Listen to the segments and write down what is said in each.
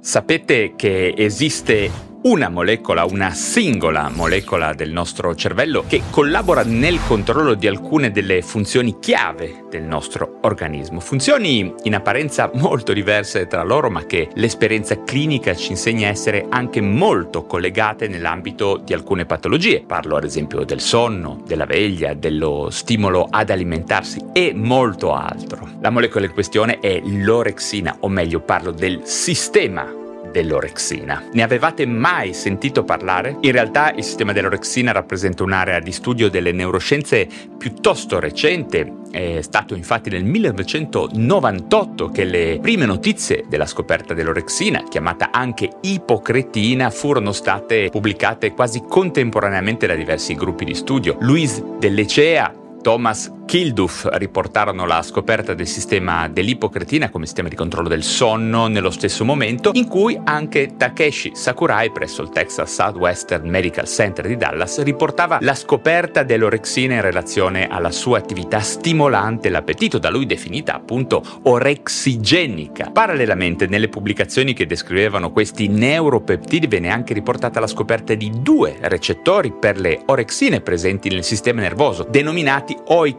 Sapete che esiste una singola molecola del nostro cervello che collabora nel controllo di alcune delle funzioni chiave del nostro organismo. Funzioni in apparenza molto diverse tra loro, ma che l'esperienza clinica ci insegna a essere anche molto collegate nell'ambito di alcune patologie. Parlo ad esempio del sonno, della veglia, dello stimolo ad alimentarsi e molto altro. La molecola in questione è l'orexina, o meglio parlo del sistema dell'orexina. Ne avevate mai sentito parlare? In realtà il sistema dell'orexina rappresenta un'area di studio delle neuroscienze piuttosto recente. È stato infatti nel 1998 che le prime notizie della scoperta dell'orexina, chiamata anche ipocretina, furono state pubblicate quasi contemporaneamente da diversi gruppi di studio. Louise Dellecea, Thomas Kilduff riportarono la scoperta del sistema dell'ipocretina come sistema di controllo del sonno nello stesso momento in cui anche Takeshi Sakurai presso il Texas Southwestern Medical Center di Dallas riportava la scoperta dell'orexina in relazione alla sua attività stimolante l'appetito, da lui definita appunto orexigenica. Parallelamente nelle pubblicazioni che descrivevano questi neuropeptidi venne anche riportata la scoperta di 2 recettori per le orexine presenti nel sistema nervoso, denominati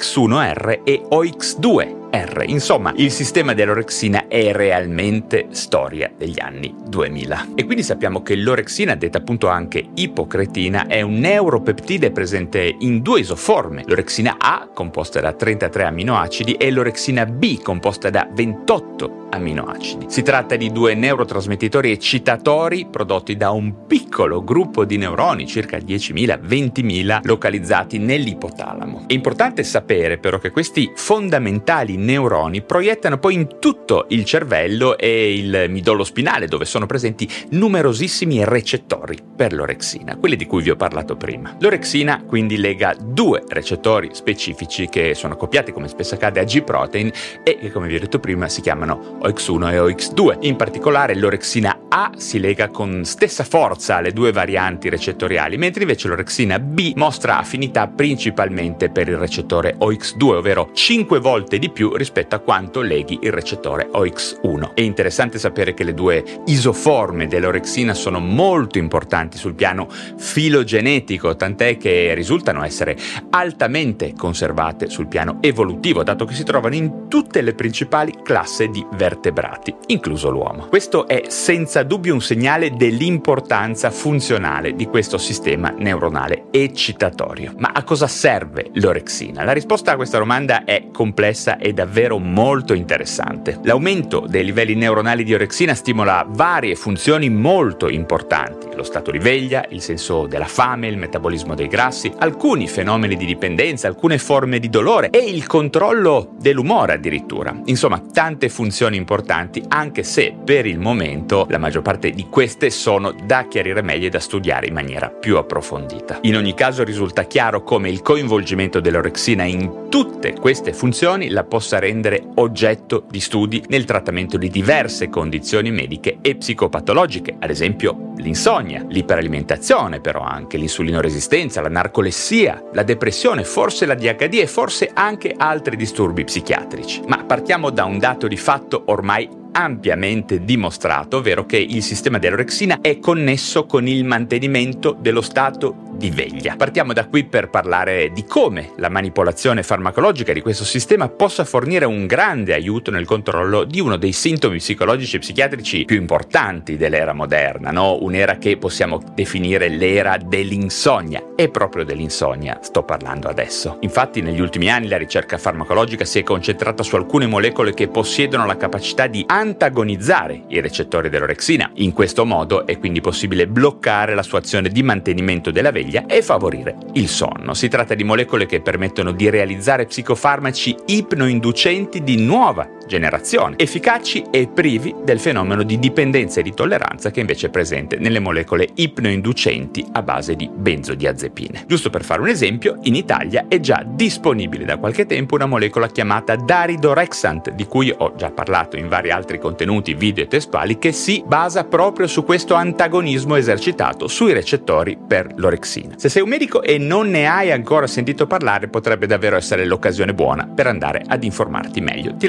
OX1R e OX2R. Insomma, il sistema dell'orexina è realmente storia degli anni 2000. E quindi sappiamo che l'orexina, detta appunto anche ipocretina, è un neuropeptide presente in 2 isoforme: l'orexina A, composta da 33 aminoacidi, e l'orexina B, composta da 28 aminoacidi. Si tratta di 2 neurotrasmettitori eccitatori prodotti da un piccolo gruppo di neuroni, circa 10.000-20.000, localizzati nell'ipotalamo. È importante sapere però che questi fondamentali neuroni proiettano poi in tutto il cervello e il midollo spinale, dove sono presenti numerosissimi recettori per l'orexina, quelli di cui vi ho parlato prima. L'orexina quindi lega 2 recettori specifici che sono accoppiati, come spesso accade, a G-protein e che, come vi ho detto prima, si chiamano OX1 e OX2. In particolare l'orexina A si lega con stessa forza alle 2 varianti recettoriali, mentre invece l'orexina B mostra affinità principalmente per il recettore OX2, ovvero 5 volte di più rispetto a quanto leghi il recettore OX1. È interessante sapere che le 2 isoforme dell'orexina sono molto importanti sul piano filogenetico, tant'è che risultano essere altamente conservate sul piano evolutivo, dato che si trovano in tutte le principali classi di vertebrati, incluso l'uomo. Questo è senza dubbio un segnale dell'importanza funzionale di questo sistema neuronale eccitatorio. Ma a cosa serve l'orexina? La risposta a questa domanda è complessa e davvero molto interessante. L'aumento dei livelli neuronali di orexina stimola varie funzioni molto importanti: lo stato di veglia, il senso della fame, il metabolismo dei grassi, alcuni fenomeni di dipendenza, alcune forme di dolore e il controllo dell'umore addirittura. Insomma, tante funzioni importanti, anche se per il momento la maggior parte di queste sono da chiarire meglio e da studiare in maniera più approfondita. In ogni caso risulta chiaro come il coinvolgimento dell'orexina in tutte queste funzioni la possa rendere oggetto di studi nel trattamento di diverse condizioni mediche e psicopatologiche, ad esempio l'insonnia, l'iperalimentazione, però anche l'insulinoresistenza, la narcolessia, la depressione, forse la DHD e forse anche altri disturbi psichiatrici. Ma partiamo da un dato di fatto ormai ampiamente dimostrato, ovvero che il sistema dell'orexina è connesso con il mantenimento dello stato di veglia. Partiamo da qui per parlare di come la manipolazione farmacologica di questo sistema possa fornire un grande aiuto nel controllo di uno dei sintomi psicologici e psichiatrici più importanti dell'era moderna, no? Un'era che possiamo definire l'era dell'insonnia. E proprio dell'insonnia sto parlando adesso. Infatti negli ultimi anni la ricerca farmacologica si è concentrata su alcune molecole che possiedono la capacità di antagonizzare i recettori dell'orexina. In questo modo è quindi possibile bloccare la sua azione di mantenimento della veglia e favorire il sonno. Si tratta di molecole che permettono di realizzare psicofarmaci ipnoinducenti di nuova generazione, efficaci e privi del fenomeno di dipendenza e di tolleranza che invece è presente nelle molecole ipnoinducenti a base di benzodiazepine. Giusto per fare un esempio, in Italia è già disponibile da qualche tempo una molecola chiamata daridorexant, di cui ho già parlato in vari altri contenuti video e testuali, che si basa proprio su questo antagonismo esercitato sui recettori per l'orexina. Se sei un medico e non ne hai ancora sentito parlare, potrebbe davvero essere l'occasione buona per andare ad informarti meglio. Ti lascerò da qualche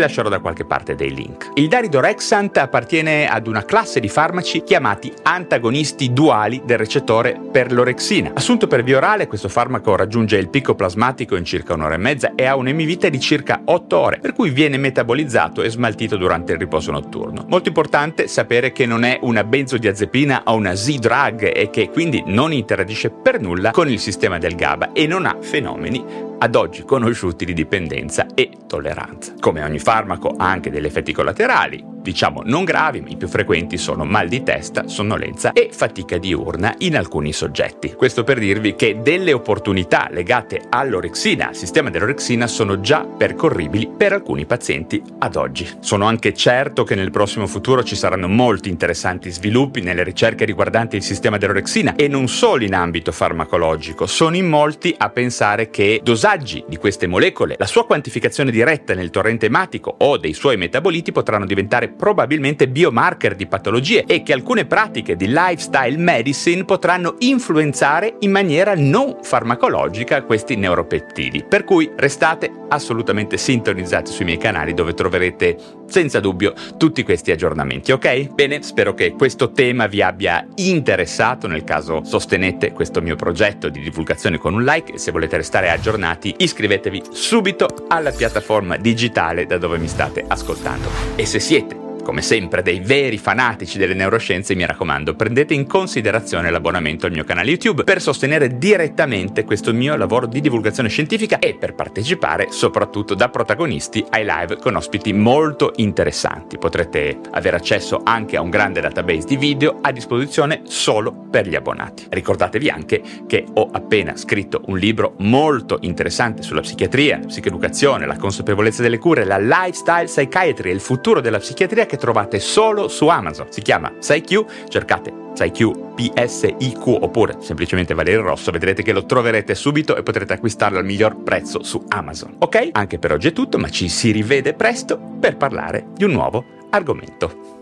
qualche parte dei link. Il daridorexant appartiene ad una classe di farmaci chiamati antagonisti duali del recettore per l'orexina. Assunto per via orale, questo farmaco raggiunge il picco plasmatico in circa un'ora e mezza e ha un'emivita di circa 8 ore, per cui viene metabolizzato e smaltito durante il riposo notturno. Molto importante sapere che non è una benzodiazepina o una Z-drug e che quindi non interagisce per nulla con il sistema del GABA e non ha fenomeni ad oggi conosciuti di dipendenza e tolleranza. Come ogni farmaco ha anche degli effetti collaterali, diciamo non gravi, ma i più frequenti sono mal di testa, sonnolenza e fatica diurna in alcuni soggetti. Questo per dirvi che delle opportunità legate all'orexina, al sistema dell'orexina, sono già percorribili per alcuni pazienti ad oggi. Sono anche certo che nel prossimo futuro ci saranno molti interessanti sviluppi nelle ricerche riguardanti il sistema dell'orexina e non solo in ambito farmacologico. Sono in molti a pensare che dosaggi di queste molecole, la sua quantificazione diretta nel torrente ematico o dei suoi metaboliti potranno diventare probabilmente biomarker di patologie e che alcune pratiche di lifestyle medicine potranno influenzare in maniera non farmacologica questi neuropeptidi. Per cui restate assolutamente sintonizzati sui miei canali dove troverete senza dubbio tutti questi aggiornamenti, ok? Bene, spero che questo tema vi abbia interessato. Nel caso sostenete questo mio progetto di divulgazione con un like e se volete restare aggiornati iscrivetevi subito alla piattaforma digitale da dove mi state ascoltando. E se siete come sempre dei veri fanatici delle neuroscienze, mi raccomando, prendete in considerazione l'abbonamento al mio canale YouTube per sostenere direttamente questo mio lavoro di divulgazione scientifica e per partecipare soprattutto da protagonisti ai live con ospiti molto interessanti. Potrete avere accesso anche a un grande database di video a disposizione solo per gli abbonati. Ricordatevi anche che ho appena scritto un libro molto interessante sulla psichiatria, la psicoeducazione, la consapevolezza delle cure, la lifestyle psychiatry e il futuro della psichiatria che trovate solo su Amazon. Si chiama PsyQ, cercate PsyQ PSIQ oppure semplicemente Valerio Rosso, vedrete che lo troverete subito e potrete acquistarlo al miglior prezzo su Amazon. Ok? Anche per oggi è tutto, ma ci si rivede presto per parlare di un nuovo argomento.